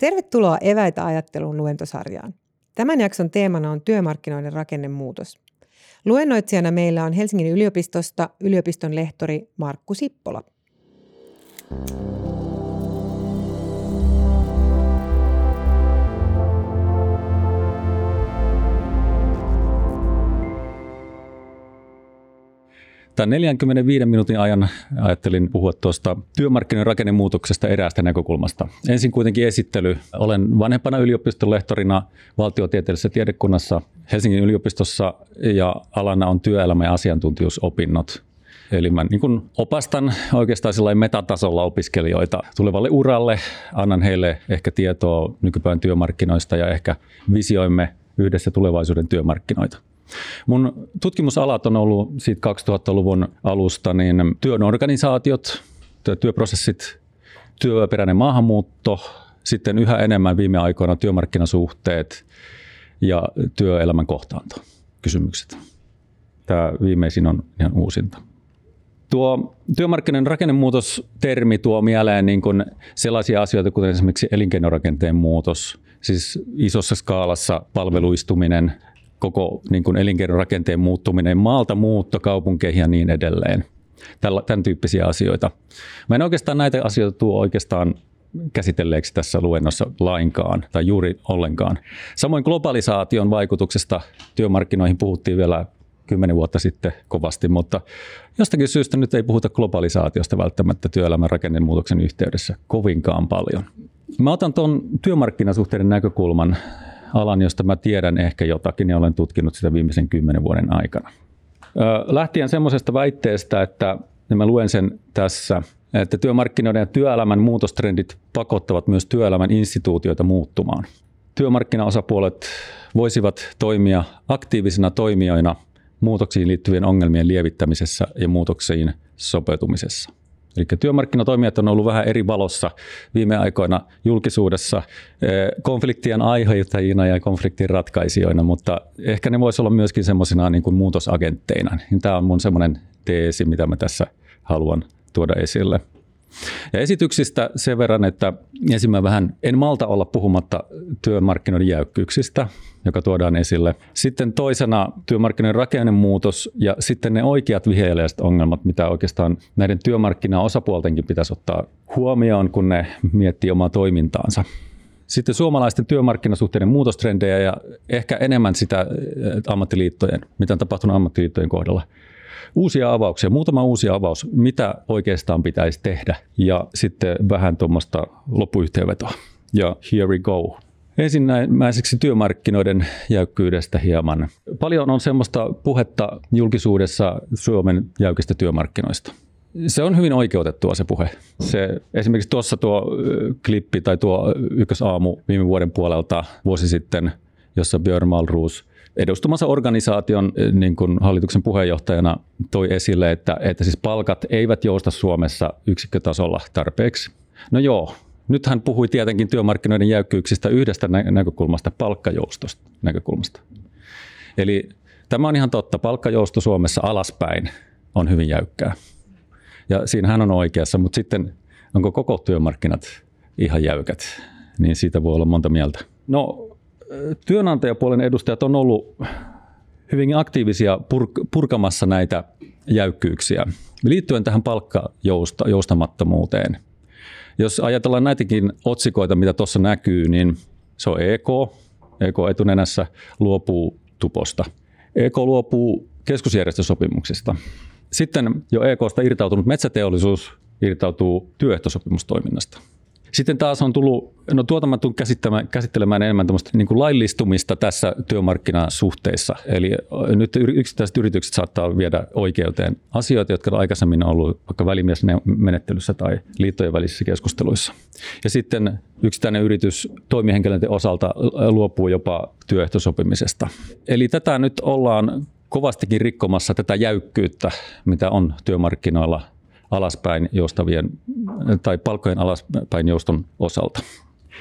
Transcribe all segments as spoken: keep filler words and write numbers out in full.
Tervetuloa Eväitä ajatteluun luentosarjaan. Tämän jakson teemana on työmarkkinoiden rakennemuutos. Luennoitsijana meillä on Helsingin yliopistosta yliopiston lehtori Markku Sippola. Tämän neljänkymmenenviiden minuutin ajan ajattelin puhua tuosta työmarkkinoiden rakennemuutoksesta eräästä näkökulmasta. Ensin kuitenkin esittely. Olen vanhempana yliopiston lehtorina valtiotieteellisessä tiedekunnassa Helsingin yliopistossa ja alana on työelämä- ja asiantuntijuusopinnot. Eli mä niin kuin opastan oikeastaan sellainen metatasolla opiskelijoita tulevalle uralle. Annan heille ehkä tietoa nykypäivän työmarkkinoista ja ehkä visioimme yhdessä tulevaisuuden työmarkkinoita. Mun tutkimusalat on ollut siitä kaksituhattaluvun alusta niin työn organisaatiot, työprosessit, työperäinen maahanmuutto, sitten yhä enemmän viime aikoina työmarkkinasuhteet ja työelämän kohtaanto kysymykset. Tämä viimeisin on ihan uusinta. Tuo työmarkkinoiden rakennemuutos-termi tuo mieleen niin kuin sellaisia asioita, kuten esimerkiksi elinkeinorakenteen muutos, siis isossa skaalassa palveluistuminen, koko niin kuin elinkeinorakenteen muuttuminen, maalta muutto kaupunkeihin ja niin edelleen. Tällä, tämän tyyppisiä asioita. Mä en oikeastaan näitä asioita tuo oikeastaan käsitelleeksi tässä luennossa lainkaan tai juuri ollenkaan. Samoin globalisaation vaikutuksesta työmarkkinoihin puhuttiin vielä kymmenen vuotta sitten kovasti, mutta jostakin syystä nyt ei puhuta globalisaatiosta välttämättä työelämän rakennemuutoksen yhteydessä kovinkaan paljon. Mä otan tuon työmarkkinasuhteiden näkökulman alan, josta mä tiedän ehkä jotakin ja olen tutkinut sitä viimeisen kymmenen vuoden aikana. Lähtien semmoisesta väitteestä, että mä luen sen tässä, että työmarkkinoiden ja työelämän muutostrendit pakottavat myös työelämän instituutioita muuttumaan. Työmarkkinaosapuolet voisivat toimia aktiivisina toimijoina muutoksiin liittyvien ongelmien lievittämisessä ja muutoksiin sopeutumisessa. Eli työmarkkinatoimijat on ollut vähän eri valossa viime aikoina julkisuudessa konfliktien aiheuttajina ja konfliktin ratkaisijoina, mutta ehkä ne voisi olla myöskin semmoisina niin kuin muutosagentteina. Tämä on mun semmoinen teesi, mitä mä tässä haluan tuoda esille. Ja esityksistä sen verran, että ensin mä vähän en malta olla puhumatta työmarkkinoiden jäykkyyksistä, joka tuodaan esille. Sitten toisena työmarkkinoiden rakennemuutos ja sitten ne oikeat viheliäiset ongelmat, mitä oikeastaan näiden työmarkkinaosapuoltenkin pitäisi ottaa huomioon, kun ne miettii omaa toimintaansa. Sitten suomalaisten työmarkkinasuhteiden muutostrendejä ja ehkä enemmän sitä ammattiliittojen, mitä on tapahtunut ammattiliittojen kohdalla. Uusia avauksia, muutama uusi avaus, mitä oikeastaan pitäisi tehdä ja sitten vähän tuommoista loppuyhteenvetoa. Ja here we go. Ensimmäiseksi työmarkkinoiden jäykkyydestä hieman. Paljon on semmoista puhetta julkisuudessa Suomen jäykistä työmarkkinoista. Se on hyvin oikeutettua se puhe. Se, esimerkiksi tuossa tuo klippi tai tuo Ykkösaamu viime vuoden puolelta vuosi sitten, jossa Björn Malrus edustamassa organisaation niin kuin hallituksen puheenjohtajana toi esille, että, että siis palkat eivät jousta Suomessa yksikkötasolla tarpeeksi. No joo, nyt hän puhui tietenkin työmarkkinoiden jäykkyyksistä yhdestä nä- näkökulmasta, palkkajoustosta näkökulmasta. Eli tämä on ihan totta, palkkajousto Suomessa alaspäin on hyvin jäykkää. Ja siinä hän on oikeassa, mutta sitten onko koko työmarkkinat ihan jäykät, niin siitä voi olla monta mieltä. No, työnantajapuolen edustajat on ollut hyvin aktiivisia pur- purkamassa näitä jäykkyyksiä liittyen tähän palkkajoustamattomuuteen. Jos ajatellaan näitäkin otsikoita, mitä tuossa näkyy, niin se on E K. E K etunenässä luopuu tuposta. E K luopuu keskusjärjestösopimuksista. Sitten jo E K:sta irtautunut metsäteollisuus irtautuu työehtosopimustoiminnasta. Sitten taas on tullut, no tuota mä tulen käsittelemään enemmän tämmöistä niin kuin laillistumista tässä työmarkkinasuhteissa. Eli nyt yksittäiset yritykset saattaa viedä oikeuteen asioita, jotka aikaisemmin on ollut vaikka välimiesmenettelyssä tai liittojen välisissä keskusteluissa. Ja sitten yksittäinen yritys toimihenkilöiden osalta luopuu jopa työehtosopimisesta. Eli tätä nyt ollaan kovastikin rikkomassa tätä jäykkyyttä, mitä on työmarkkinoilla alaspäin joustavien tai palkkojen alaspäin jouston osalta.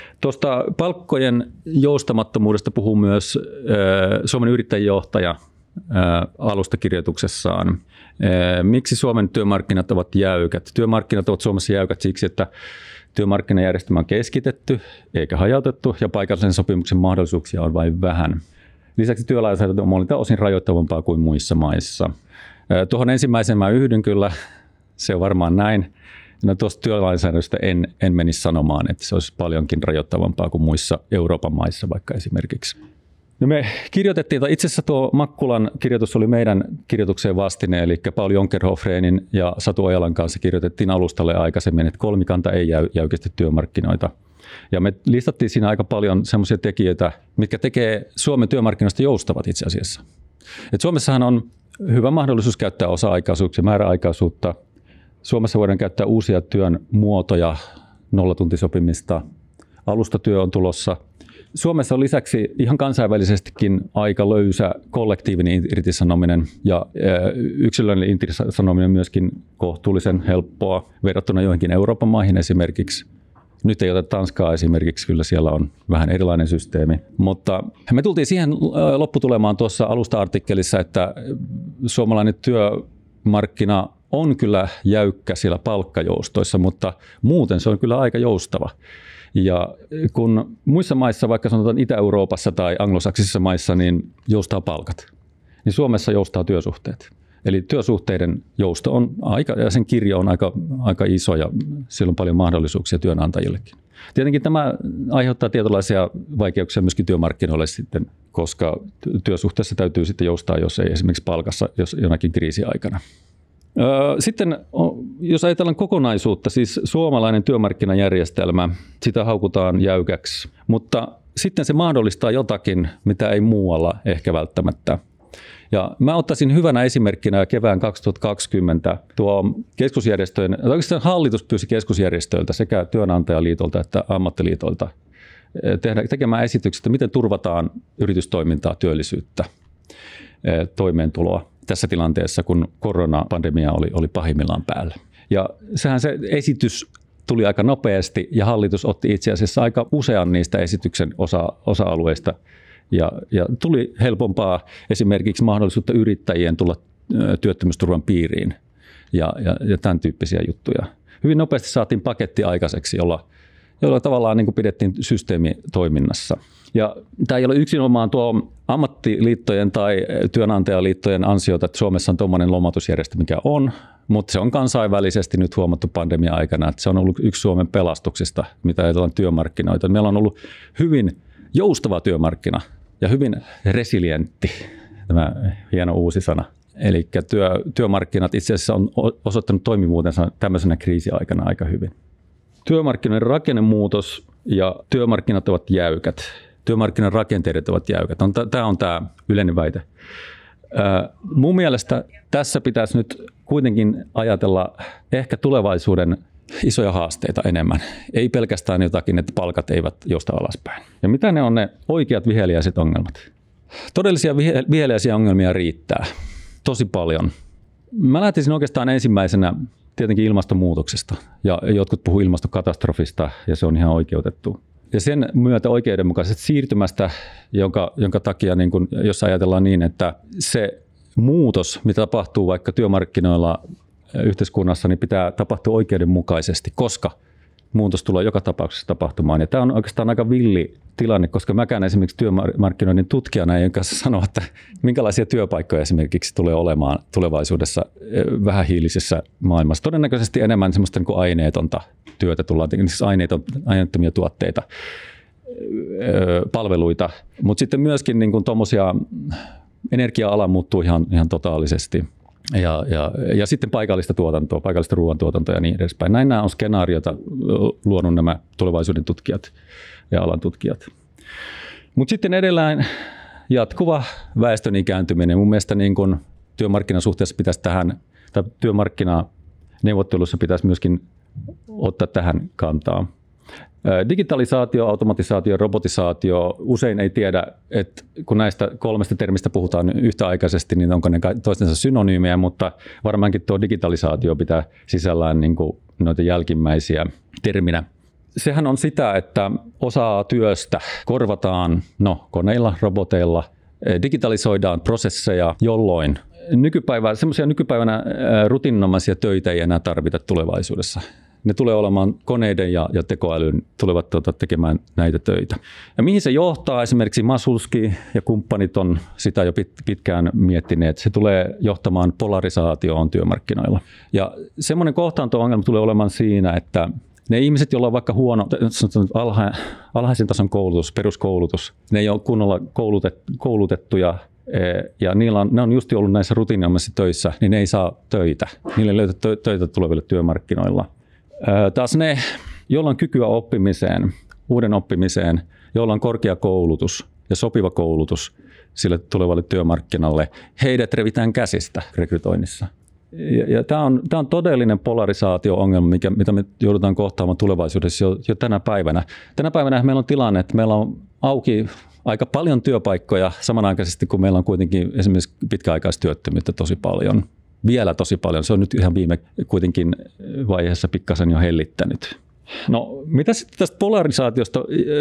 Tuosta palkkojen joustamattomuudesta puhuu myös Suomen yrittäjien johtaja alustakirjoituksessaan. Miksi Suomen työmarkkinat ovat jäykät? Työmarkkinat ovat Suomessa jäykät siksi, että työmarkkinajärjestelmä on keskitetty eikä hajautettu ja paikallisen sopimuksen mahdollisuuksia on vain vähän. Lisäksi työlainsäädäntö on monilta osin rajoittavampaa kuin muissa maissa. Tuohon ensimmäiseen mä yhdyn kyllä, se on varmaan näin. No tuosta työlainsäädännöstä en, en menisi sanomaan, että se olisi paljonkin rajoittavampaa kuin muissa Euroopan maissa vaikka esimerkiksi. No me kirjoitettiin, tai itse asiassa tuo Makkulan kirjoitus oli meidän kirjoitukseen vastine, eli Pauli Jonkerhofrenin ja Satu Ojalan kanssa kirjoitettiin alustalle aikaisemmin, että kolmikanta ei jäy, jäykistä työmarkkinoita. Ja me listattiin siinä aika paljon semmoisia tekijöitä, mitkä tekee Suomen työmarkkinoista joustavat itse asiassa. Et Suomessahan on hyvä mahdollisuus käyttää osa-aikaisuuksia, määräaikaisuutta. Suomessa voidaan käyttää uusia työn muotoja, nollatuntisopimista, alustatyö on tulossa. Suomessa on lisäksi ihan kansainvälisestikin aika löysä kollektiivinen irtisanominen ja yksilöllinen irtisanominen myöskin kohtuullisen helppoa verrattuna joihinkin Euroopan maihin esimerkiksi. Nyt ei oteta Tanskaa esimerkiksi, kyllä siellä on vähän erilainen systeemi. Mutta me tultiin siihen lopputulemaan tuossa alusta-artikkelissa, että suomalainen työmarkkina on kyllä jäykkä siellä palkkajoustoissa, mutta muuten se on kyllä aika joustava. Ja kun muissa maissa, vaikka sanotaan Itä-Euroopassa tai anglosaksisissa maissa, niin joustaa palkat, niin Suomessa joustaa työsuhteet. Eli työsuhteiden jousto on aika, ja sen kirjo on aika, aika iso ja siellä on paljon mahdollisuuksia työnantajillekin. Tietenkin tämä aiheuttaa tietynlaisia vaikeuksia myöskin työmarkkinoille sitten, koska työsuhteessa täytyy sitten joustaa, jos ei esimerkiksi palkassa jos jonakin kriisiaikana. Sitten jos ajatellaan kokonaisuutta, siis suomalainen työmarkkinajärjestelmä, sitä haukutaan jäykäksi, mutta sitten se mahdollistaa jotakin, mitä ei muualla ehkä välttämättä. Ja mä ottaisin hyvänä esimerkkinä kevään kaksituhattakaksikymmentä tuo keskusjärjestöjen, oikeastaan hallitus pyysi keskusjärjestöiltä sekä työnantajaliitolta että ammattiliitolta tehdä, tekemään esitykset, miten turvataan yritystoimintaa, työllisyyttä, toimeentuloa tässä tilanteessa, kun koronapandemia oli, oli pahimmillaan päällä. Ja sehän se esitys tuli aika nopeasti ja hallitus otti itse asiassa aika usean niistä esityksen osa, osa-alueista ja, ja tuli helpompaa esimerkiksi mahdollisuutta yrittäjien tulla työttömyysturvan piiriin ja, ja, ja tämän tyyppisiä juttuja. Hyvin nopeasti saatiin paketti aikaiseksi, jolla, jolla tavallaan niin kuin pidettiin systeemi toiminnassa. Ja tämä ei ole yksinomaan tuo ammattiliittojen tai työnantajaliittojen ansiota, että Suomessa on tuommoinen lomautusjärjestö, mikä on, mutta se on kansainvälisesti nyt huomattu pandemia-aikana, että se on ollut yksi Suomen pelastuksista, mitä ajatellaan työmarkkinoita. Meillä on ollut hyvin joustava työmarkkina ja hyvin resilientti, tämä hieno uusi sana. Eli työ, työmarkkinat itse asiassa on osoittanut toimivuutensa tämmöisenä kriisiaikana aika hyvin. Työmarkkinoiden rakennemuutos ja työmarkkinat ovat jäykät. Työmarkkinan rakenteet ovat jäykät. Tämä on tämä yleinen väite. Mun mielestä tässä pitäisi nyt kuitenkin ajatella ehkä tulevaisuuden isoja haasteita enemmän. Ei pelkästään jotakin, että palkat eivät jousta alaspäin. Ja mitä ne on ne oikeat viheliäiset ongelmat? Todellisia viheliäisiä ongelmia riittää tosi paljon. Mä lähtisin oikeastaan ensimmäisenä tietenkin ilmastonmuutoksesta. Ja jotkut puhuu ilmastokatastrofista ja se on ihan oikeutettu. Ja sen myötä oikeudenmukaisesta siirtymästä, jonka, jonka takia, niin kun, jos ajatellaan niin, että se muutos, mitä tapahtuu vaikka työmarkkinoilla yhteiskunnassa, niin pitää tapahtua oikeudenmukaisesti, koska muutos tulee joka tapauksessa tapahtumaan. Ja tämä on oikeastaan aika villi tilanne, koska mäkään esimerkiksi työmarkkinoiden tutkijana ei kanssa sanoa, että minkälaisia työpaikkoja esimerkiksi tulee olemaan tulevaisuudessa vähähiilisessä maailmassa. Todennäköisesti enemmän semmoista niin kuin aineetonta työtä tullaan, siis aineettomia tuotteita, palveluita, mutta sitten myöskin niin kuin tuommoisia energia-ala muuttuu ihan, ihan totaalisesti. Ja, ja, ja sitten paikallista tuotantoa, paikallista ruoantuotantoa ja niin edespäin. Näin nämä on skenaariota luonut nämä tulevaisuuden tutkijat ja alan tutkijat. Mutta sitten edelleen jatkuva väestön ikääntyminen. Mun mielestä niin kun työmarkkinasuhteessa pitäisi tähän, tai työmarkkinaneuvottelussa pitäisi myöskin ottaa tähän kantaa. Digitalisaatio, automatisaatio, robotisaatio, usein ei tiedä, että kun näistä kolmesta termistä puhutaan yhtäaikaisesti, niin onko ne toistensa synonyymejä, mutta varmaankin tuo digitalisaatio pitää sisällään niin kuin noita jälkimmäisiä terminä. Sehän on sitä, että osaa työstä korvataan no, koneilla, roboteilla, digitalisoidaan prosesseja, jolloin nykypäivä, semmoisia nykypäivänä rutiininomaisia töitä ei enää tarvita tulevaisuudessa. Ne tulee olemaan koneiden ja, ja tekoälyn tulevat tuota, tekemään näitä töitä. Ja mihin se johtaa? Esimerkiksi Masulski ja kumppanit on sitä jo pit, pitkään miettineet. Se tulee johtamaan polarisaatioon työmarkkinoilla. Ja semmoinen kohtaanto-ongelma tulee olemaan siinä, että ne ihmiset, joilla on vaikka huono, alha, alhaisen tason koulutus, peruskoulutus, ne ei ole kunnolla koulutet, koulutettuja ja niillä on, ne on just ollut näissä rutiininomaisissa töissä, niin ne ei saa töitä. Niille ei löytä töitä tuleville työmarkkinoilla. Taas ne, joilla on kykyä oppimiseen, uuden oppimiseen, joilla on korkea koulutus ja sopiva koulutus sille tulevalle työmarkkinalle, heidät revitään käsistä rekrytoinnissa. Ja, ja tämä on, tämä on todellinen polarisaatio-ongelma, mikä, mitä me joudutaan kohtaamaan tulevaisuudessa jo, jo tänä päivänä. Tänä päivänä meillä on tilanne, että meillä on auki aika paljon työpaikkoja samanaikaisesti, kun meillä on kuitenkin esimerkiksi pitkäaikaistyöttömyyttä tosi paljon. Vielä tosi paljon. Se on nyt ihan viime kuitenkin vaiheessa pikkasen jo hellittänyt. No, mitä sitten tästä polarisaatiosta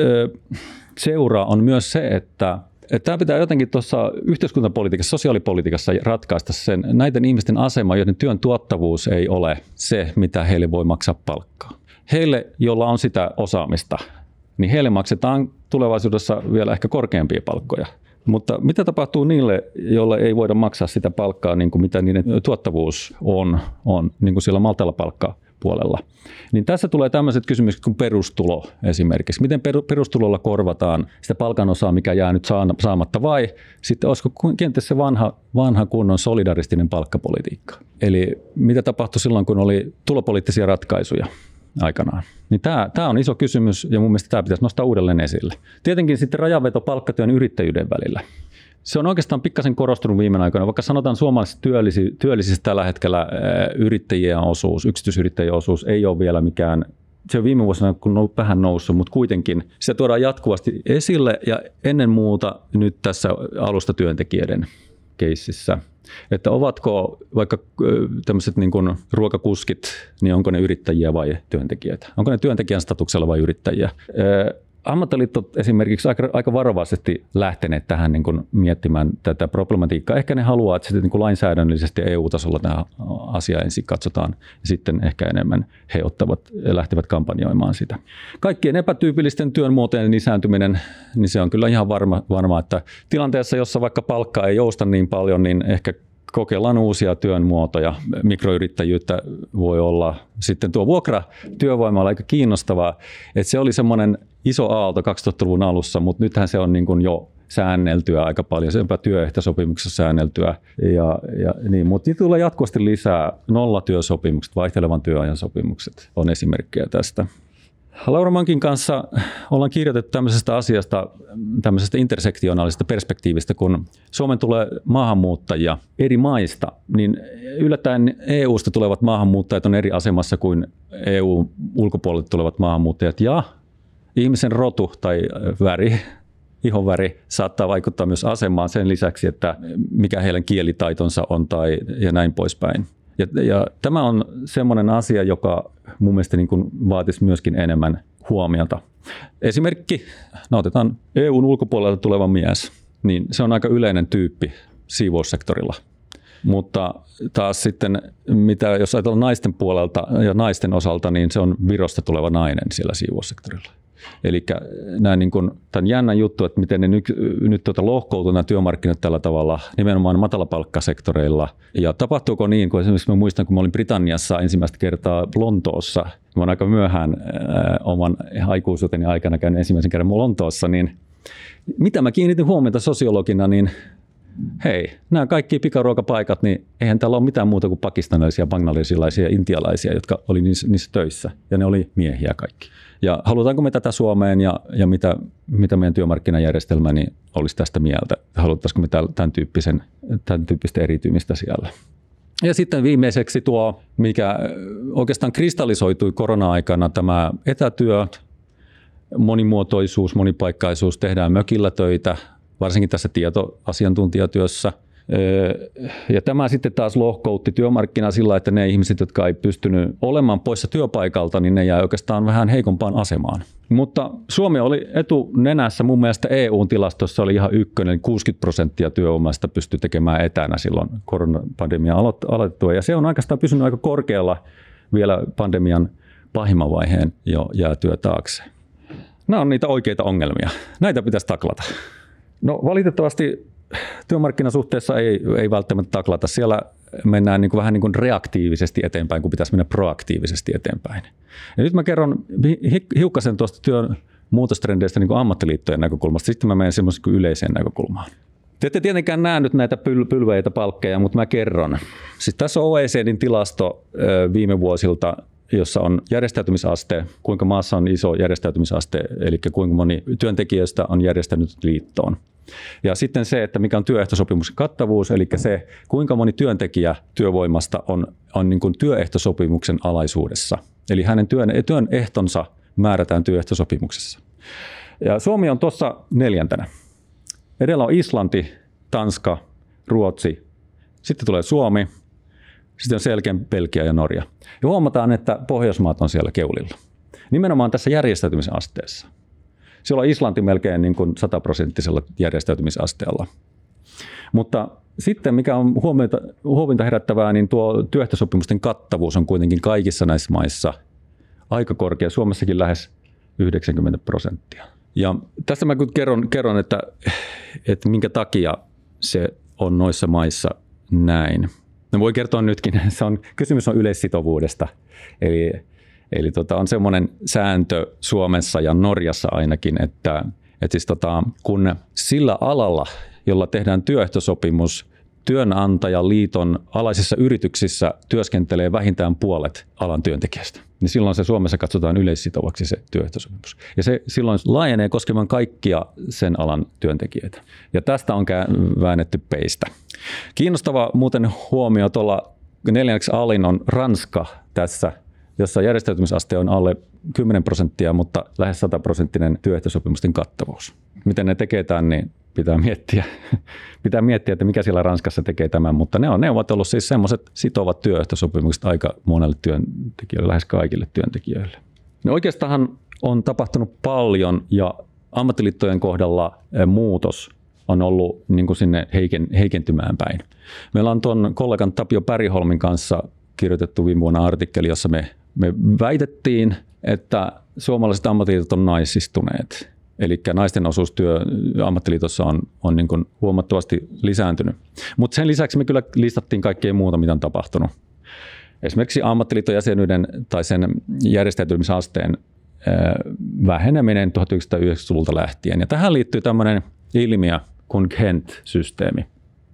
seuraa on myös se, että tämä pitää jotenkin tuossa yhteiskuntapolitiikassa, sosiaalipolitiikassa ratkaista sen näiden ihmisten asema, joiden työn tuottavuus ei ole se, mitä heille voi maksaa palkkaa. Heille, joilla on sitä osaamista, niin heille maksetaan tulevaisuudessa vielä ehkä korkeampia palkkoja. Mutta mitä tapahtuu niille, joilla ei voida maksaa sitä palkkaa, niin kuin mitä niiden tuottavuus on, on niin kuin siellä maltalla palkkapuolella? Niin tässä tulee tämmöiset kysymykset kuin perustulo esimerkiksi. Miten perustulolla korvataan sitä palkanosaa, mikä jää nyt saamatta, vai sitten olisiko kenties se vanha, vanha kunnon solidaristinen palkkapolitiikka? Eli mitä tapahtui silloin, kun oli tulopoliittisia ratkaisuja aikanaan? Niin tämä, tämä on iso kysymys ja mun mielestä tämä pitäisi nostaa uudelleen esille. Tietenkin sitten rajanveto palkkatyön yrittäjyyden välillä. Se on oikeastaan pikkasen korostunut viime aikoina, vaikka sanotaan suomalaisista työllisi, työllisistä tällä hetkellä yrittäjien osuus, yksityisyrittäjien osuus ei ole vielä mikään, se on viime vuosina kun vähän noussut, mutta kuitenkin se tuodaan jatkuvasti esille ja ennen muuta nyt tässä alustatyöntekijöiden keississä. Että ovatko vaikka tämmöiset niin kuin ruokakuskit, niin onko ne yrittäjiä vai työntekijöitä? Onko ne työntekijän statuksella vai yrittäjiä? Ammattiliitot esimerkiksi aika, aika varovaisesti lähteneet tähän niin kuin miettimään tätä problematiikkaa. Ehkä ne haluaa, että sitten niin kuin lainsäädännöllisesti E U-tasolla tämä asia ensin katsotaan ja sitten ehkä enemmän he ottavat, lähtevät kampanjoimaan sitä. Kaikkien epätyypillisten työn muotojen lisääntyminen, niin se on kyllä ihan varma, varma, että tilanteessa, jossa vaikka palkka ei jousta niin paljon, niin ehkä kokeillaan uusia työn muotoja. Mikroyrittäjyyttä voi olla. Sitten tuo vuokratyövoima on aika kiinnostavaa, että se oli semmoinen iso aalto kaksituhattaluvun alussa, mutta nythän se on niin kuin jo säänneltyä aika paljon, senpä työehtosopimuksessa säänneltyä. Ja, ja niin, mutta niitä tulee jatkuvasti lisää. Nollatyösopimukset, vaihtelevan työajan sopimukset on esimerkkejä tästä. Laura Mankin kanssa ollaan kirjoitettu tämmöisestä asiasta, tämmöisestä intersektionaalisesta perspektiivistä, kun Suomeen tulee maahanmuuttajia eri maista, niin yllättäen E U:sta tulevat maahanmuuttajat on eri asemassa kuin E U-ulkopuolelta tulevat maahanmuuttajat, ja ihmisen rotu tai väri, ihonväri saattaa vaikuttaa myös asemaan sen lisäksi, että mikä heidän kielitaitonsa on tai ja näin poispäin. Ja, ja tämä on semmoinen asia, joka mun mielestä niin kuin vaatisi myöskin enemmän huomiota. Esimerkki, no otetaan E U:n ulkopuolelta tuleva mies, niin se on aika yleinen tyyppi siivoussektorilla. Mutta taas sitten, mitä jos ajatellaan naisten puolelta ja naisten osalta, niin se on Virosta tuleva nainen siellä siivoussektorilla. Eli näin niin kuin, tämän jännän juttu, että miten ne nyt, nyt tuota lohkoutuu nämä työmarkkinat tällä tavalla, nimenomaan matalapalkkasektoreilla. Ja tapahtuuko niin, kun esimerkiksi mä muistan, kun mä olin Britanniassa ensimmäistä kertaa Lontoossa, mä olen aika myöhään äh, oman aikuisuuteni aikana käynyt ensimmäisen kerran Lontoossa, niin mitä mä kiinnitin huomiota sosiologina, niin hei, nämä kaikki pikaruokapaikat, niin eihän täällä ole mitään muuta kuin pakistanilaisia, bangladesilaisia ja intialaisia, jotka oli niissä, niissä töissä, ja ne oli miehiä kaikki. Ja halutaanko me tätä Suomeen ja, ja mitä, mitä meidän työmarkkinajärjestelmä niin olisi tästä mieltä? Haluttaisiko me tämän, tyyppisen, tämän tyyppistä eritymistä siellä? Ja sitten viimeiseksi tuo, mikä oikeastaan kristallisoitui korona-aikana, tämä etätyö, monimuotoisuus, monipaikkaisuus, tehdään mökillä töitä, varsinkin tässä tietoasiantuntijatyössä. Ja tämä sitten taas lohkoutti työmarkkinaa sillä, että ne ihmiset, jotka ei pystynyt olemaan poissa työpaikalta, niin ne jäi oikeastaan vähän heikompaan asemaan. Mutta Suomi oli etunenässä, mun mielestä E U-tilastossa oli ihan ykkönen, kuusikymmentä prosenttia työvoimasta pystyi tekemään etänä silloin koronapandemian aloitettua. Ja se on oikeastaan pysynyt aika korkealla vielä pandemian pahimman vaiheen jo jäätyä taakse. Nämä on niitä oikeita ongelmia. Näitä pitäisi taklata. No valitettavasti työmarkkinasuhteessa ei, ei välttämättä taklata. Siellä mennään niin kuin vähän niin kuin reaktiivisesti eteenpäin, kun pitäisi mennä proaktiivisesti eteenpäin. Ja nyt mä kerron hiukkasen tuosta työn muutostrendeistä niin kuin ammattiliittojen näkökulmasta. Sitten mä menen semmoiseen yleiseen näkökulmaan. Te ette tietenkään näe nyt näitä pyl- pylväitä palkkeja, mutta mä kerron. Siis tässä on O E C D:n tilasto viime vuosilta, jossa on järjestäytymisaste, kuinka maassa on iso järjestäytymisaste, eli kuinka moni työntekijöistä on järjestänyt liittoon. Ja sitten se, että mikä on työehtosopimuksen kattavuus, eli se, kuinka moni työntekijä työvoimasta on, on niin kuin työehtosopimuksen alaisuudessa. Eli hänen työn, työn ehtonsa määrätään työehtosopimuksessa. Ja Suomi on tuossa neljäntenä. Edellä on Islanti, Tanska, Ruotsi, sitten tulee Suomi, sitten on selkeän Belgia ja Norja. Ja huomataan, että Pohjoismaat on siellä keulilla. Nimenomaan tässä järjestäytymisen asteessa. Siellä on Islanti melkein niin kuin sataprosenttisella järjestäytymisasteella. Mutta sitten, mikä on huomiota herättävää, niin tuo työehtosopimusten kattavuus on kuitenkin kaikissa näissä maissa aika korkea. Suomessakin lähes yhdeksänkymmentä prosenttia. Ja tästä mä kerron, kerron että, että minkä takia se on noissa maissa näin. No voi kertoa nytkin, se on, kysymys on yleissitovuudesta. Eli, eli tota, on semmoinen sääntö Suomessa ja Norjassa ainakin, että, että siis tota, kun sillä alalla, jolla tehdään työehtosopimus, työnantajaliiton alaisissa yrityksissä työskentelee vähintään puolet alan työntekijästä, niin silloin se Suomessa katsotaan yleissitovaksi se työehtosopimus. Ja se silloin laajenee koskemaan kaikkia sen alan työntekijöitä. Ja tästä on väännetty peistä. Kiinnostava muuten huomio tuolla neljänneksi alin on Ranska tässä, jossa järjestäytymisaste on alle kymmenen prosenttia, mutta lähes sata prosenttinen työehtosopimusten kattavuus. Miten ne tekee tämän, niin pitää miettiä, pitää miettiä, että mikä siellä Ranskassa tekee tämän, mutta ne, on, ne ovat olleet siis semmoiset sitovat työehtosopimukset aika monelle työntekijälle, lähes kaikille työntekijöille. No oikeastaan on tapahtunut paljon ja ammattiliittojen kohdalla muutos on ollut niin kuin sinne heiken, heikentymään päin. Meillä on tuon kollegan Tapio Päriholmin kanssa kirjoitettu viime vuonna artikkeli, jossa me, me väitettiin, että suomalaiset ammattiliitot on naisistuneet. Eli naisten osuus työ ammattiliitossa on, on niin kuin huomattavasti lisääntynyt. Mutta sen lisäksi me kyllä listattiin kaikkea muuta, mitä on tapahtunut. Esimerkiksi ammattiliiton jäsenyyden tai sen järjestäytymisasteen väheneminen tuhatyhdeksänsataayhdeksänkymmentäluvulta lähtien. Ja tähän liittyy tämmöinen ilmiö kuin Kent-systeemi.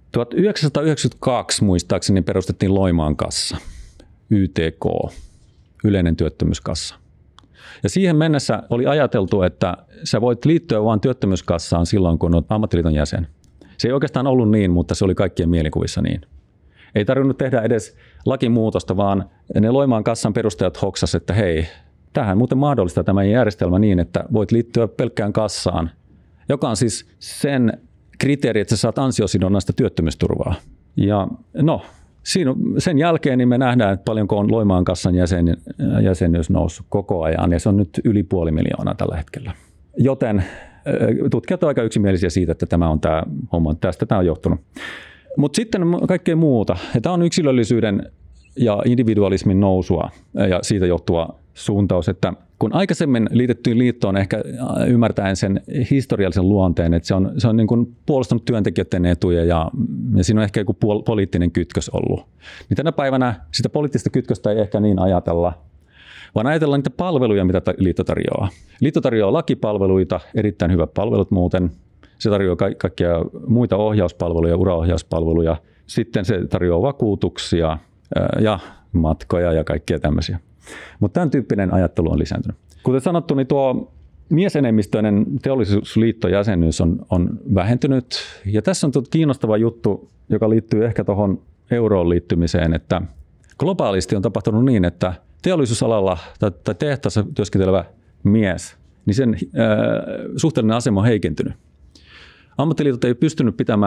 tuhatyhdeksänsataayhdeksänkymmentäkaksi muistaakseni perustettiin Loimaan kassa, Y T K, yleinen työttömyyskassa. Ja siihen mennessä oli ajateltu, että sä voit liittyä vain työttömyyskassaan silloin, kun olet ammattiliiton jäsen. Se ei oikeastaan ollut niin, mutta se oli kaikkien mielikuvissa niin. Ei tarvinnut tehdä edes lakimuutosta, vaan ne Loimaan kassan perustajat hoksas, että hei, tämähän muuten mahdollistaa tämä järjestelmä niin, että voit liittyä pelkkään kassaan, joka on siis sen kriteeri, että sä saat ansiosidonnaista työttömyysturvaa. Ja no, siinä, sen jälkeen niin me nähdään, että paljonko on Loimaan kassan jäsen, jäsenyys noussut koko ajan, ja se on nyt yli puoli miljoonaa tällä hetkellä. Joten tutkijat ovat aika yksimielisiä siitä, että tämä on tämä homma, tästä tämä on johtunut. Mutta sitten kaikkea muuta. Ja tämä on yksilöllisyyden ja individualismin nousua ja siitä johtuva suuntaus, että kun aikaisemmin liitettyyn liittoon ehkä ymmärtäen sen historiallisen luonteen, että se on, se on niin kuin puolustanut työntekijöiden etuja ja, ja siinä on ehkä joku puol- poliittinen kytkös ollut. Niin tänä päivänä sitä poliittista kytköstä ei ehkä niin ajatella, vaan ajatellaan niitä palveluja, mitä liitto tarjoaa. Liitto tarjoaa lakipalveluita, erittäin hyvät palvelut muuten. Se tarjoaa ka- kaikkia muita ohjauspalveluja, uraohjauspalveluja. Sitten se tarjoaa vakuutuksia ja matkoja ja kaikkia tämmöisiä. Mutta tämän tyyppinen ajattelu on lisääntynyt. Kuten sanottu, niin tuo miesenemmistöinen teollisuusliittojäsenyys on, on vähentynyt. Ja tässä on kiinnostava juttu, joka liittyy ehkä tuohon euroon liittymiseen, että globaalisti on tapahtunut niin, että teollisuusalalla tai, tai tehtaassa työskentelevä mies, niin sen ää, suhteellinen asema on heikentynyt. Ammattiliitot ei pystynyt pitämään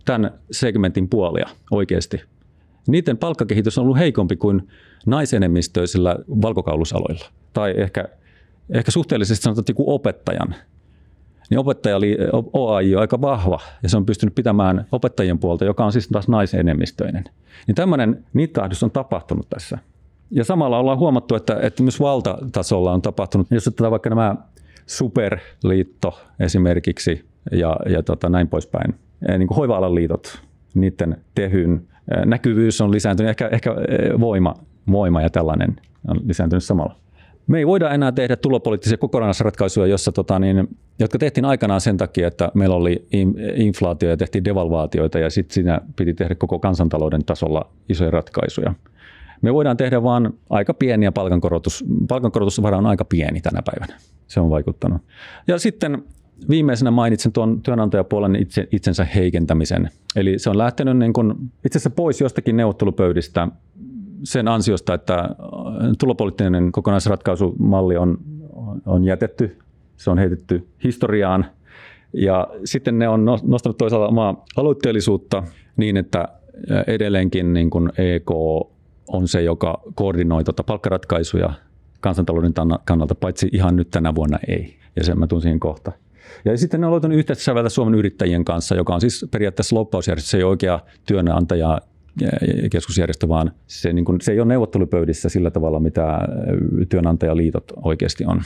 tämän segmentin puolia oikeasti. Niiden palkkakehitys on ollut heikompi kuin naisenemmistöisillä valkokaulutusaloilla. Tai ehkä, ehkä suhteellisesti sanotaan joku opettajan. Niin opettaja oli O A J on aika vahva ja se on pystynyt pitämään opettajien puolta, joka on siis taas naisenemmistöinen. Niin tämmöinen nittahdus on tapahtunut tässä. Ja samalla ollaan huomattu, että, että myös valtatasolla on tapahtunut, jos otetaan vaikka nämä superliitto esimerkiksi ja, ja tota, näin poispäin, niin kuin hoiva-alan liitot, niiden tehyn näkyvyys on lisääntynyt, ehkä, ehkä voima, voima ja tällainen on lisääntynyt samalla. Me ei voida enää tehdä tulopoliittisia kokonaisratkaisuja, jossa, tota, niin, jotka tehtiin aikanaan sen takia, että meillä oli inflaatio ja tehtiin devalvaatioita ja sitten siinä piti tehdä koko kansantalouden tasolla isoja ratkaisuja. Me voidaan tehdä vain aika pieniä palkankorotus. Palkankorotusvara on aika pieni tänä päivänä. Se on vaikuttanut. Ja sitten viimeisenä mainitsen tuon työnantajapuolen itse, itsensä heikentämisen. Eli se on lähtenyt niin kuin itse asiassa pois jostakin neuvottelupöydistä sen ansiosta, että tulopoliittinen kokonaisratkaisumalli on, on jätetty. Se on heitetty historiaan. Ja sitten ne on nostanut toisaalta omaa aloitteellisuutta niin, että edelleenkin niin kuin E K on se, joka koordinoi tuota palkkaratkaisuja kansantalouden kannalta, paitsi ihan nyt tänä vuonna ei. Ja sen mä tuun siihen kohta. Ja sitten ne on aloittanut yhteistyötä Suomen yrittäjien kanssa, joka on siis periaatteessa lobbausjärjestö. Se ei ole oikea työnantaja keskusjärjestö, vaan se, niin kuin, se ei ole neuvottelupöydissä sillä tavalla, mitä työnantajaliitot oikeasti on.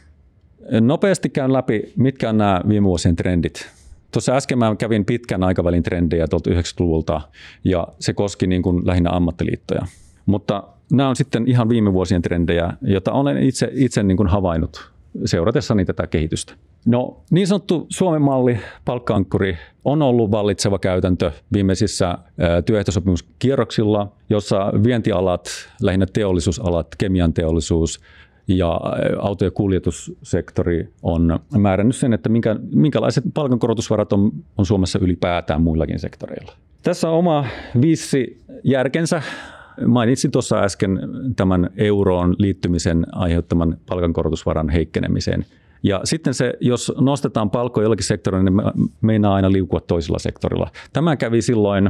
Nopeasti käyn läpi, mitkä on nämä viime vuosien trendit. Tuossa äsken mä kävin pitkän aikavälin trendejä tuolta yhdeksänkymmentäluvulta ja se koski niin kuin lähinnä ammattiliittoja. Mutta nämä on sitten ihan viime vuosien trendejä, joita olen itse, itse niin kuin havainnut seuratessani tätä kehitystä. No niin sanottu Suomen malli, palkka-ankkuri, on ollut vallitseva käytäntö viimeisissä työehtosopimuskierroksilla, jossa vientialat, lähinnä teollisuusalat, kemian teollisuus ja auto- ja kuljetussektori on määrännyt sen, että minkä, minkälaiset palkankorotusvarat on, on Suomessa ylipäätään muillakin sektoreilla. Tässä on oma viisi järkensä. Mainitsin tuossa äsken tämän euroon liittymisen aiheuttaman palkankorotusvaran heikkenemiseen. Ja sitten se, jos nostetaan palkkoja jollakin sektorilla, niin meinaa aina liukua toisella sektorilla. Tämä kävi silloin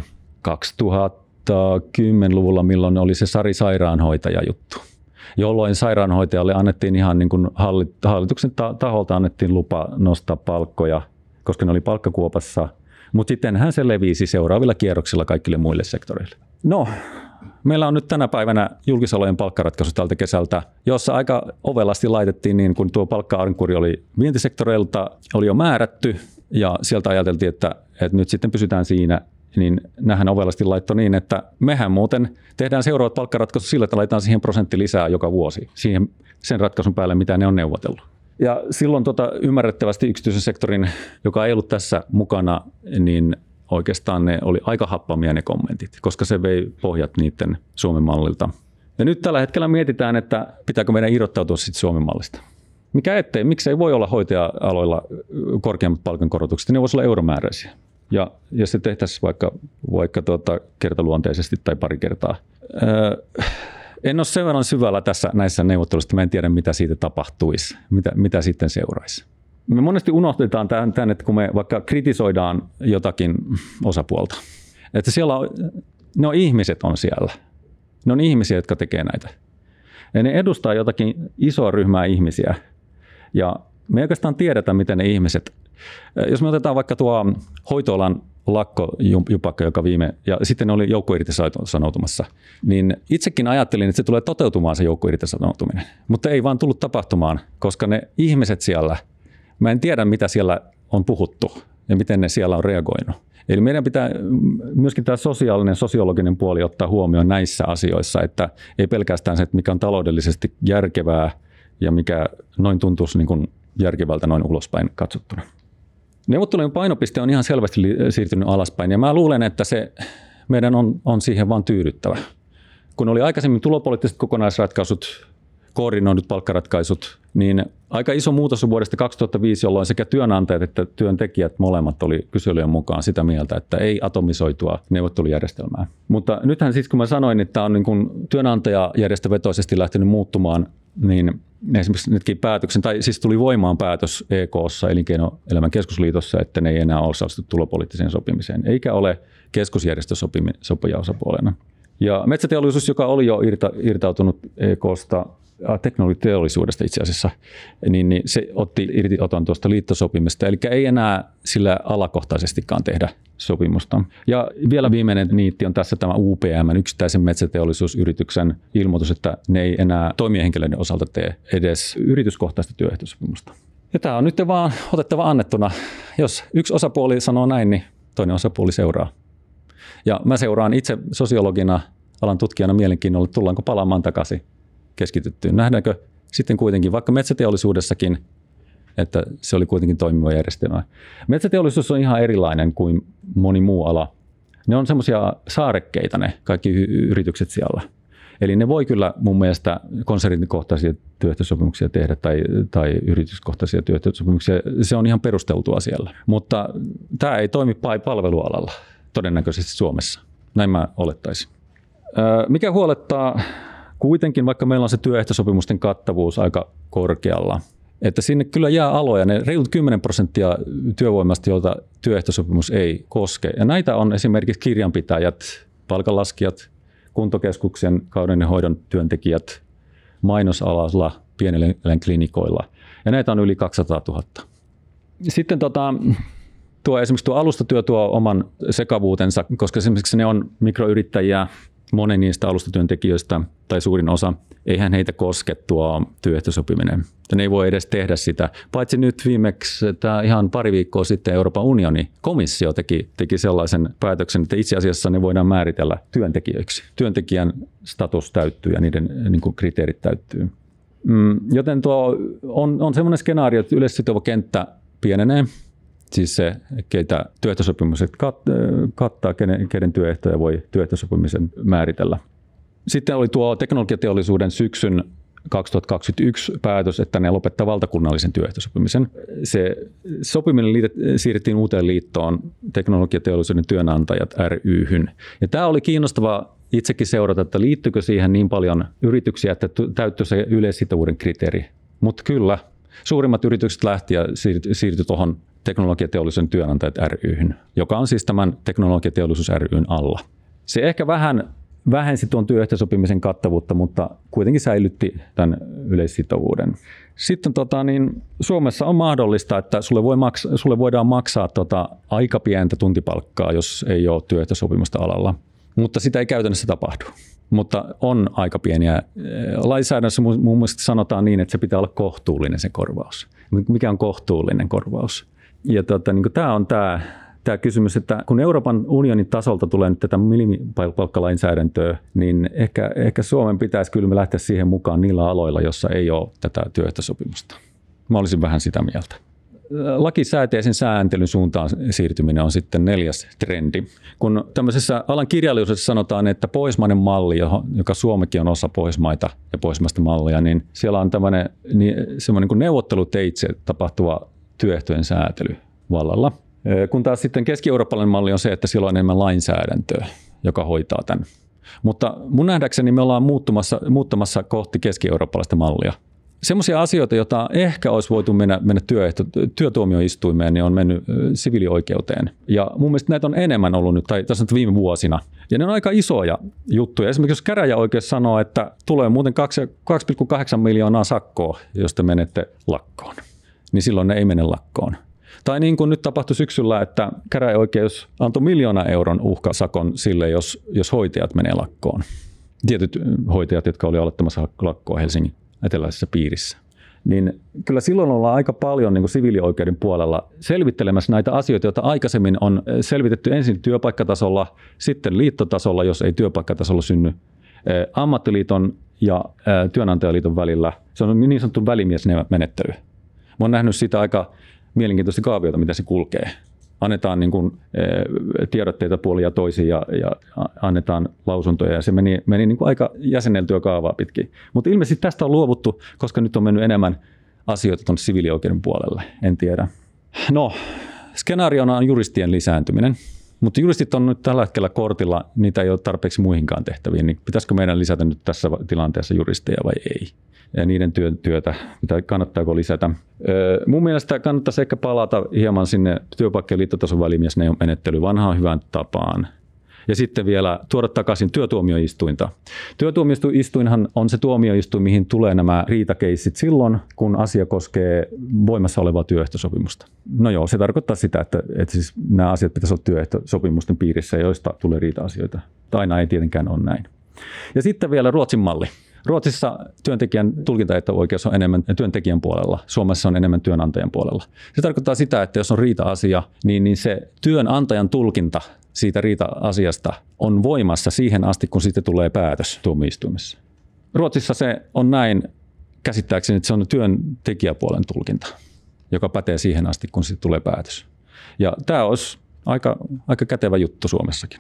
kaksituhattakymmenluvulla, milloin oli se Sari sairaanhoitaja juttu, jolloin sairaanhoitajalle annettiin ihan niin kuin hallituksen taholta annettiin lupa nostaa palkkoja, koska ne oli palkkakuopassa, mutta sittenhän se levisi seuraavilla kierroksilla kaikille muille sektoreille. No, meillä on nyt tänä päivänä julkisalojen palkkaratkaisu tältä kesältä, jossa aika ovelasti laitettiin, niin kun tuo palkka-ankkuri oli vientisektoreilta, oli jo määrätty ja sieltä ajateltiin, että, että nyt sitten pysytään siinä, niin nähän ovelasti laittoi niin, että mehän muuten tehdään seuraavat palkkaratkaisut sillä, että laitetaan siihen prosentti lisää joka vuosi siihen, sen ratkaisun päälle, mitä ne on neuvotellut. Ja silloin tota, ymmärrettävästi yksityisen sektorin, joka ei ollut tässä mukana, niin oikeastaan ne oli aika happamia ne kommentit, koska se vei pohjat niiden Suomen mallilta. Ja nyt tällä hetkellä mietitään, että pitääkö meidän irrottautua sitten Suomen mallista. Mikä ettei, miksei voi olla hoitaja-aloilla korkeammat palkankorotukset, ne voisivat olla euromääräisiä. Ja jos se tehtäisiin vaikka, vaikka tuota, kertaluonteisesti tai pari kertaa. Öö, en ole sen verran syvällä tässä näissä neuvotteluissa, mä en tiedä mitä siitä tapahtuisi, mitä, mitä sitten seuraisi. Me monesti unohdetaan tämän, että kun me vaikka kritisoidaan jotakin osapuolta, että siellä on, ne on ihmiset on siellä. Ne on ihmisiä, jotka tekee näitä. Ja ne edustaa jotakin isoa ryhmää ihmisiä. Ja me ei oikeastaan tiedetä, miten ne ihmiset, jos me otetaan vaikka tuo hoitoalan lakkojupakka, joka viime, ja sitten ne oli joukkoirtisanoutumassa, niin itsekin ajattelin, että se tulee toteutumaan se joukkoirtisanoutuminen, mutta ei vaan tullut tapahtumaan, koska ne ihmiset siellä, mä en tiedä mitä siellä on puhuttu ja miten ne siellä on reagoinut. Eli meidän pitää myöskin tämä sosiaalinen, sosiologinen puoli ottaa huomioon näissä asioissa, että ei pelkästään se, että mikä on taloudellisesti järkevää ja mikä noin tuntuisi niin kuin järkevältä noin ulospäin katsottuna. Neuvottelujen painopiste on ihan selvästi siirtynyt alaspäin ja mä luulen, että se meidän on, on siihen vaan tyydyttävä. Kun oli aikaisemmin tulopoliittiset kokonaisratkaisut, koordinoidut palkkaratkaisut, niin Aika iso muutos on vuodesta kaksituhattaviisi, jolloin sekä työnantajat että työntekijät molemmat oli kyselyjen mukaan sitä mieltä, että ei atomisoitua neuvottelujärjestelmää. Mutta nythän siis kun mä sanoin, että tämä on niin kuin työnantajajärjestövetoisesti lähtenyt muuttumaan, niin esimerkiksi nytkin päätöksen, tai siis tuli voimaan päätös E K:ssa, Elinkeinoelämän keskusliitossa, että ne ei enää osallistu tulopoliittiseen sopimiseen, eikä ole keskusjärjestösopijaosapuolena. Ja metsäteollisuus, joka oli jo irta, irtautunut E K:sta, teknologiteollisuudesta itse asiassa, niin, niin se otti irtioton tuosta liittosopimista, eli ei enää sillä alakohtaisestikaan tehdä sopimusta. Ja vielä viimeinen niitti on tässä tämä U P M, yksittäisen metsäteollisuusyrityksen ilmoitus, että ne ei enää toimijahenkilöiden osalta tee edes yrityskohtaista työehtosopimusta. Ja tämä on nyt vaan otettava annettuna. Jos yksi osapuoli sanoo näin, niin toinen osapuoli seuraa. Ja mä seuraan itse sosiologina, alan tutkijana mielenkiinnolla, tullaanko palaamaan takaisin keskityttyyn. Nähdäänkö sitten kuitenkin, vaikka metsäteollisuudessakin, että se oli kuitenkin toimiva järjestelmä. Metsäteollisuus on ihan erilainen kuin moni muu ala. Ne on semmoisia saarekkeita ne kaikki yritykset siellä. Eli ne voi kyllä mun mielestä konsernikohtaisia työehtosopimuksia tehdä tai, tai yrityskohtaisia työehtosopimuksia. Se on ihan perusteltua siellä. Mutta tämä ei toimi palvelualalla todennäköisesti Suomessa. Näin mä olettaisin. Mikä huolettaa kuitenkin, vaikka meillä on se työehtosopimusten kattavuus aika korkealla, että sinne kyllä jää aloja, ne reilut kymmenen prosenttia työvoimasta, joita työehtosopimus ei koske. Ja näitä on esimerkiksi kirjanpitäjät, palkanlaskijat, kuntokeskuksen kaudenhoidon työntekijät, mainosalalla, pieneläinklinikoilla. Ja näitä on yli kaksisataatuhatta. Sitten tota, tuo, esimerkiksi tuo alustatyö tuo oman sekavuutensa, koska esimerkiksi ne on mikroyrittäjiä, monen niistä alustatyöntekijöistä tai suurin osa, eihän heitä koske tuo työehtosopiminen. Ne ei voi edes tehdä sitä. Paitsi nyt viimeksi, tämä ihan pari viikkoa sitten Euroopan unioni komissio teki, teki sellaisen päätöksen, että itse asiassa ne voidaan määritellä työntekijöiksi. Työntekijän status täyttyy ja niiden niin kuin kriteerit täyttyy. Mm, joten tuo on, on sellainen skenaario, että yleissitova kenttä pienenee. Siis se, keitä työehtosopimukset kattaa, kenen, kenen työehtoja voi työehtosopimisen määritellä. Sitten oli tuo teknologiateollisuuden syksyn kaksituhattakaksikymmentäyksi päätös, että ne lopettaa valtakunnallisen työehtosopimisen. Se sopiminen liitet, siirrettiin uuteen liittoon, teknologiateollisuuden työnantajat ry:hyn. Ja tämä oli kiinnostavaa itsekin seurata, että liittyykö siihen niin paljon yrityksiä, että täyttyy se yleissitovuuden kriteeri. Mutta kyllä, suurimmat yritykset lähti ja siirtyi tuohon teknologiateollisuuden työnantajat ry:hyn, joka on siis tämän teknologiateollisuus ry:n alla. Se ehkä vähän vähensi tuon työehtosopimisen kattavuutta, mutta kuitenkin säilytti tämän yleissitovuuden. Sitten tota, niin Suomessa on mahdollista, että sulle, voi maksa, sulle voidaan maksaa tota, aika pientä tuntipalkkaa, jos ei ole työehtosopimusta alalla, mutta sitä ei käytännössä tapahdu. Mutta on aika pieniä. Lainsäädännössä muun muassa sanotaan niin, että se pitää olla kohtuullinen se korvaus. Mikä on kohtuullinen korvaus? Ja tota, niin tämä on tämä, tämä kysymys, että kun Euroopan unionin tasolta tulee nyt tätä minimipalkkalainsäädäntöä, niin ehkä, ehkä Suomen pitäisi kyllä lähteä siihen mukaan niillä aloilla, jossa ei ole tätä työehtosopimusta. Mä olisin vähän sitä mieltä. Lakisääteisen sääntelyn suuntaan siirtyminen on sitten neljäs trendi. Kun tämmöisessä alan kirjallisuudessa sanotaan, että pohjoismainen malli, joka Suomikin on osa Pohjoismaita ja pohjoismaista mallia, niin siellä on tämmöinen niin, semmoinen kuin neuvotteluteitse tapahtuva työehtojen säätely vallalla. Kun taas sitten keski-eurooppalainen malli on se, että siellä on enemmän lainsäädäntöä, joka hoitaa tämän. Mutta mun nähdäkseni me ollaan muuttumassa, muuttamassa kohti keski-eurooppalaista mallia. Semmoisia asioita, joita ehkä olisi voitu mennä, mennä työehto, työtuomioistuimeen, niin on mennyt siviilioikeuteen. Ja mun mielestä näitä on enemmän ollut nyt, tai tässä viime vuosina. Ja ne on aika isoja juttuja. Esimerkiksi jos käräjäoikeus sanoo, että tulee muuten kaksi pilkku kahdeksan miljoonaa sakkoa, jos te menette lakkoon, niin silloin ne ei mene lakkoon. Tai niin kuin nyt tapahtui syksyllä, että käräjäoikeus antoi miljoona euron uhkasakon sille, jos, jos hoitajat menee lakkoon. Tietyt hoitajat, jotka oli aloittamassa lakkoa Helsingin eteläisessä piirissä. Niin kyllä silloin ollaan aika paljon niin kuin siviilioikeuden puolella selvittelemässä näitä asioita, joita aikaisemmin on selvitetty ensin työpaikkatasolla, sitten liittotasolla, jos ei työpaikkatasolla synny, ammattiliiton ja työnantajaliiton välillä. Se on niin sanottu välimiesmenettely. Mä oon nähnyt sitä aika mielenkiintoista kaaviota, mitä se kulkee. Annetaan niin kuin, e, tiedotteita puolia toisiin ja, ja annetaan lausuntoja ja se meni, meni niin kuin aika jäsenneltyä kaavaa pitkin. Mutta ilmeisesti tästä on luovuttu, koska nyt on mennyt enemmän asioita tuonne siviilioikeuden puolelle, en tiedä. No, skenaariona on juristien lisääntyminen, mutta juristit on nyt tällä hetkellä kortilla, niitä ei ole tarpeeksi muihinkaan tehtäviin, niin pitäisikö meidän lisätä nyt tässä tilanteessa juristeja vai ei? Ja niiden työn, työtä, mitä kannattaako lisätä. Öö, mun mielestä kannattaisi ehkä palata hieman sinne työpaikkojen liittotason välimiesmenettelyyn vanhaan hyvään tapaan. Ja sitten vielä tuoda takaisin työtuomioistuinta. Työtuomioistuinhan on se tuomioistuin, mihin tulee nämä riitakeissit silloin, kun asia koskee voimassa olevaa työehtosopimusta. No joo, se tarkoittaa sitä, että, että siis nämä asiat pitäisi olla työehtosopimusten piirissä, joista tulee riita-asioita. Aina ei tietenkään ole näin. Ja sitten vielä Ruotsin malli. Ruotsissa työntekijän tulkintaetuoikeus on enemmän työntekijän puolella, Suomessa on enemmän työnantajan puolella. Se tarkoittaa sitä, että jos on riita-asia, niin, niin se työnantajan tulkinta siitä riita-asiasta on voimassa siihen asti, kun siitä tulee päätös tuomioistuimessa. Ruotsissa se on näin käsittääkseni, että se on työntekijäpuolen tulkinta, joka pätee siihen asti, kun siitä tulee päätös. Ja tämä olisi aika, aika kätevä juttu Suomessakin.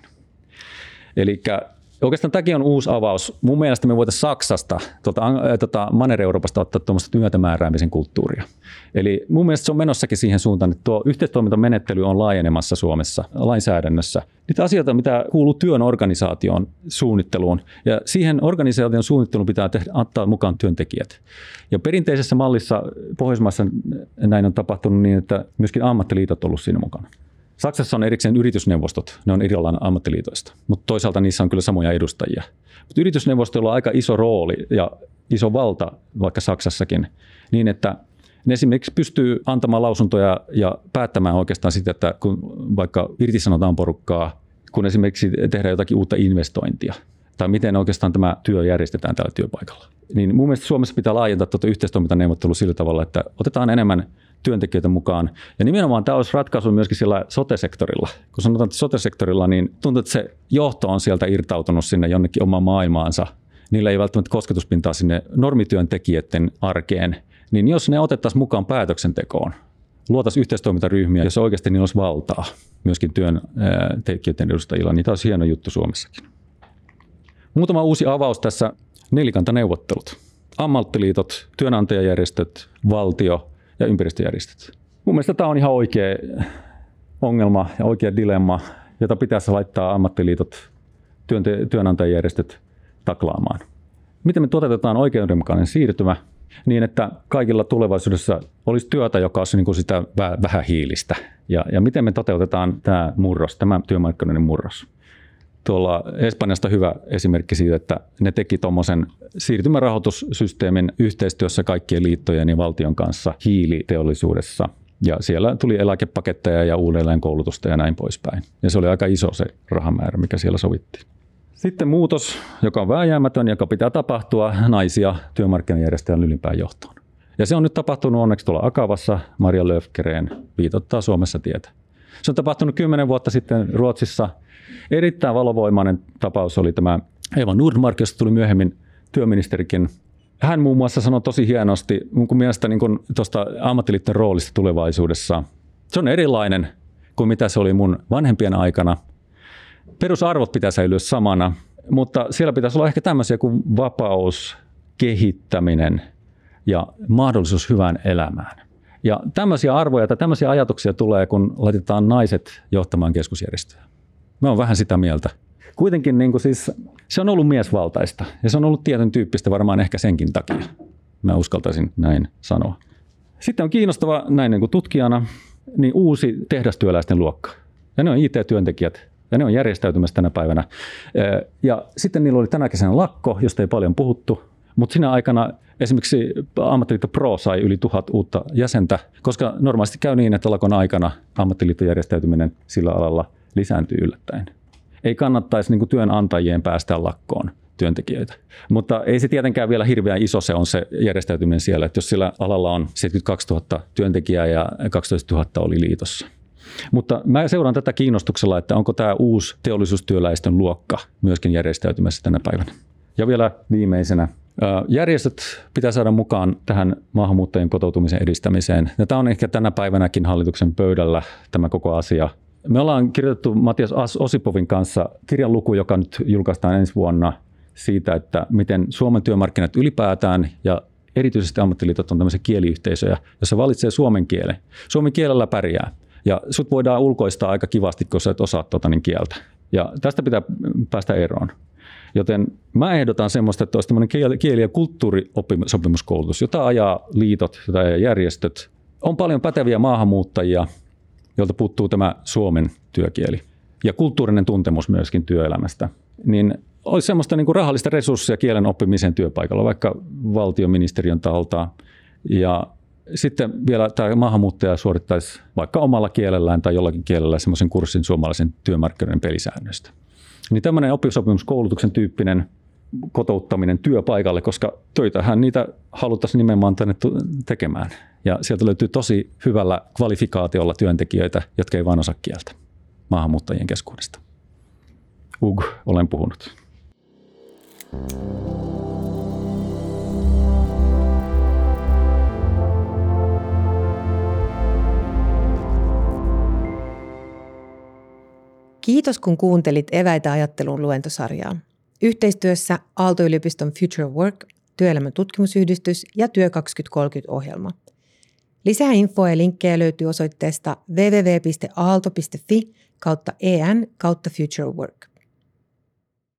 Elikkä oikeastaan tämäkin on uusi avaus. Mun mielestä me voitaisiin Saksasta, tuolta, tuota Manner-Euroopasta ottaa tuommoista myötämääräämisen kulttuuria. Eli mun mielestä se on menossakin siihen suuntaan, että tuo yhteistoimintamenettely on laajenemassa Suomessa lainsäädännössä. Niitä asioita, mitä kuuluu työn organisaation suunnitteluun, ja siihen organisaation suunnitteluun pitää tehdä, ottaa mukaan työntekijät. Ja perinteisessä mallissa Pohjoismaissa näin on tapahtunut niin, että myöskin ammattiliitot on ollut siinä mukana. Saksassa on erikseen yritysneuvostot, ne on erilainen ammattiliitoista, mutta toisaalta niissä on kyllä samoja edustajia. Mutta yritysneuvostoilla on aika iso rooli ja iso valta vaikka Saksassakin, niin että ne esimerkiksi pystyy antamaan lausuntoja ja päättämään oikeastaan sitä, että kun vaikka irtisanotaan porukkaa, kun esimerkiksi tehdään jotakin uutta investointia, tai miten oikeastaan tämä työ järjestetään tällä työpaikalla. Niin mun mielestä Suomessa pitää laajentaa tuota yhteistoimintaneuvottelua sillä tavalla, että otetaan enemmän työntekijöitä mukaan. Ja nimenomaan tämä olisi ratkaisu myöskin sillä sote-sektorilla. Kun sanotaan, että sote-sektorilla, niin tuntuu, että se johto on sieltä irtautunut sinne jonnekin omaan maailmaansa. Niillä ei välttämättä kosketuspintaa sinne normityöntekijöiden arkeen. Niin jos ne otettaisiin mukaan päätöksentekoon, luotaisiin yhteistoimintaryhmiä, jos oikeasti niillä olisi valtaa myöskin työntekijöiden edustajilla, niin tämä olisi hieno juttu Suomessakin. Muutama uusi avaus tässä, nelikantaneuvottelut. Ammattiliitot, työnantajajärjestöt, valtio ja ympäristöjärjestöt. Mun mielestä tämä on ihan oikea ongelma ja oikea dilemma, jota pitäisi laittaa ammattiliitot, työnte- työnantajajärjestöt taklaamaan. Miten me toteutetaan oikeudenmukainen siirtymä niin, että kaikilla tulevaisuudessa olisi työtä, joka olisi niin kuin sitä vähähiilistä. Ja, ja miten me toteutetaan tämä murros, tämä työmarkkinoiden murros. Tuolla Espanjasta hyvä esimerkki siitä, että ne teki tuommoisen siirtymärahoitussysteemin yhteistyössä kaikkien liittojen ja valtion kanssa hiiliteollisuudessa. Ja siellä tuli eläkepaketteja ja uudelleenkoulutusta ja näin poispäin. Ja se oli aika iso se rahamäärä, mikä siellä sovittiin. Sitten muutos, joka on vääjäämätön, joka pitää tapahtua naisia työmarkkinajärjestelmän ylimpään johtoon. Ja se on nyt tapahtunut onneksi tuolla Akavassa. Maria Löfgren viitottaa Suomessa tietä. Se on tapahtunut kymmenen vuotta sitten Ruotsissa. Erittäin valovoimainen tapaus oli tämä Eva Nordmark, josta tuli myöhemmin työministerikin. Hän muun muassa sanoi tosi hienosti, mun mielestä niin kuin tuosta ammattiliittojen roolista tulevaisuudessa. Se on erilainen kuin mitä se oli mun vanhempien aikana. Perusarvot pitää säilyä samana, mutta siellä pitäisi olla ehkä tämmöisiä kuin vapaus, kehittäminen ja mahdollisuus hyvään elämään. Ja tämmöisiä arvoja tai tämmöisiä ajatuksia tulee, kun laitetaan naiset johtamaan keskusjärjestöä. Mä oon vähän sitä mieltä. Kuitenkin niin kuin siis, se on ollut miesvaltaista ja se on ollut tietyn tyyppistä varmaan ehkä senkin takia. Mä uskaltaisin näin sanoa. Sitten on kiinnostava näin niin kuin tutkijana niin uusi tehdastyöläisten luokka. Ja ne on I T-työntekijät ja ne on järjestäytymässä tänä päivänä. Ja sitten niillä oli tänä kesänä lakko, josta ei paljon puhuttu. Mutta siinä aikana esimerkiksi Ammattiliitto Pro sai yli tuhat uutta jäsentä, koska normaalisti käy niin, että lakon aikana ammattiliittojärjestäytyminen sillä alalla lisääntyy yllättäen. Ei kannattaisi niin kuin työnantajien päästä lakkoon työntekijöitä. Mutta ei se tietenkään vielä hirveän iso se on se järjestäytyminen siellä, että jos sillä alalla on seitsemänkymmentäkaksituhatta työntekijää ja kaksitoistatuhatta oli liitossa. Mutta mä seuraan tätä kiinnostuksella, että onko tämä uusi teollisuustyöläisten luokka myöskin järjestäytymässä tänä päivänä. Ja vielä viimeisenä. Järjestöt pitää saada mukaan tähän maahanmuuttajien kotoutumisen edistämiseen. Ja tämä on ehkä tänä päivänäkin hallituksen pöydällä tämä koko asia. Me ollaan kirjoitettu Matias Osipovin kanssa kirjan luku, joka nyt julkaistaan ensi vuonna siitä, että miten Suomen työmarkkinat ylipäätään ja erityisesti ammattiliitot on tämmöisiä kieliyhteisöjä, jossa valitsee suomen kielen. Suomen kielellä pärjää. Ja sut voidaan ulkoistaa aika kivasti, kun sä et osaa tota niin kieltä. Ja tästä pitää päästä eroon. Joten mä ehdotan semmoista, että olisi tämmöinen kieli- ja kulttuurisopimuskoulutus, jota ajaa liitot, jota ajaa järjestöt. On paljon päteviä maahanmuuttajia, joilta puuttuu tämä suomen työkieli. Ja kulttuurinen tuntemus myöskin työelämästä. Niin olisi semmoista niin kuin rahallista resurssia kielen oppimiseen työpaikalla, vaikka valtioministeriön taholta. Ja sitten vielä tämä maahanmuuttaja suorittaisi vaikka omalla kielellään tai jollakin kielellä semmoisen kurssin suomalaisen työmarkkinoiden pelisäännöistä. Niin tämmöinen oppisopimuskoulutuksen tyyppinen kotouttaminen työpaikalle, koska töitähän niitä haluttaisiin nimenomaan tänne tekemään. Ja sieltä löytyy tosi hyvällä kvalifikaatiolla työntekijöitä, jotka ei vain osaa kieltä maahanmuuttajien keskuudesta. Ug, olen puhunut. Kiitos kun kuuntelit Eväitä ajatteluun luentosarjaa. Yhteistyössä Aalto-yliopiston Future Work, työelämän tutkimusyhdistys ja Työ kaksituhattakolmekymmentä-ohjelma. Lisää infoa ja linkkejä löytyy osoitteesta www piste aalto piste fi kautta en kautta Future Work.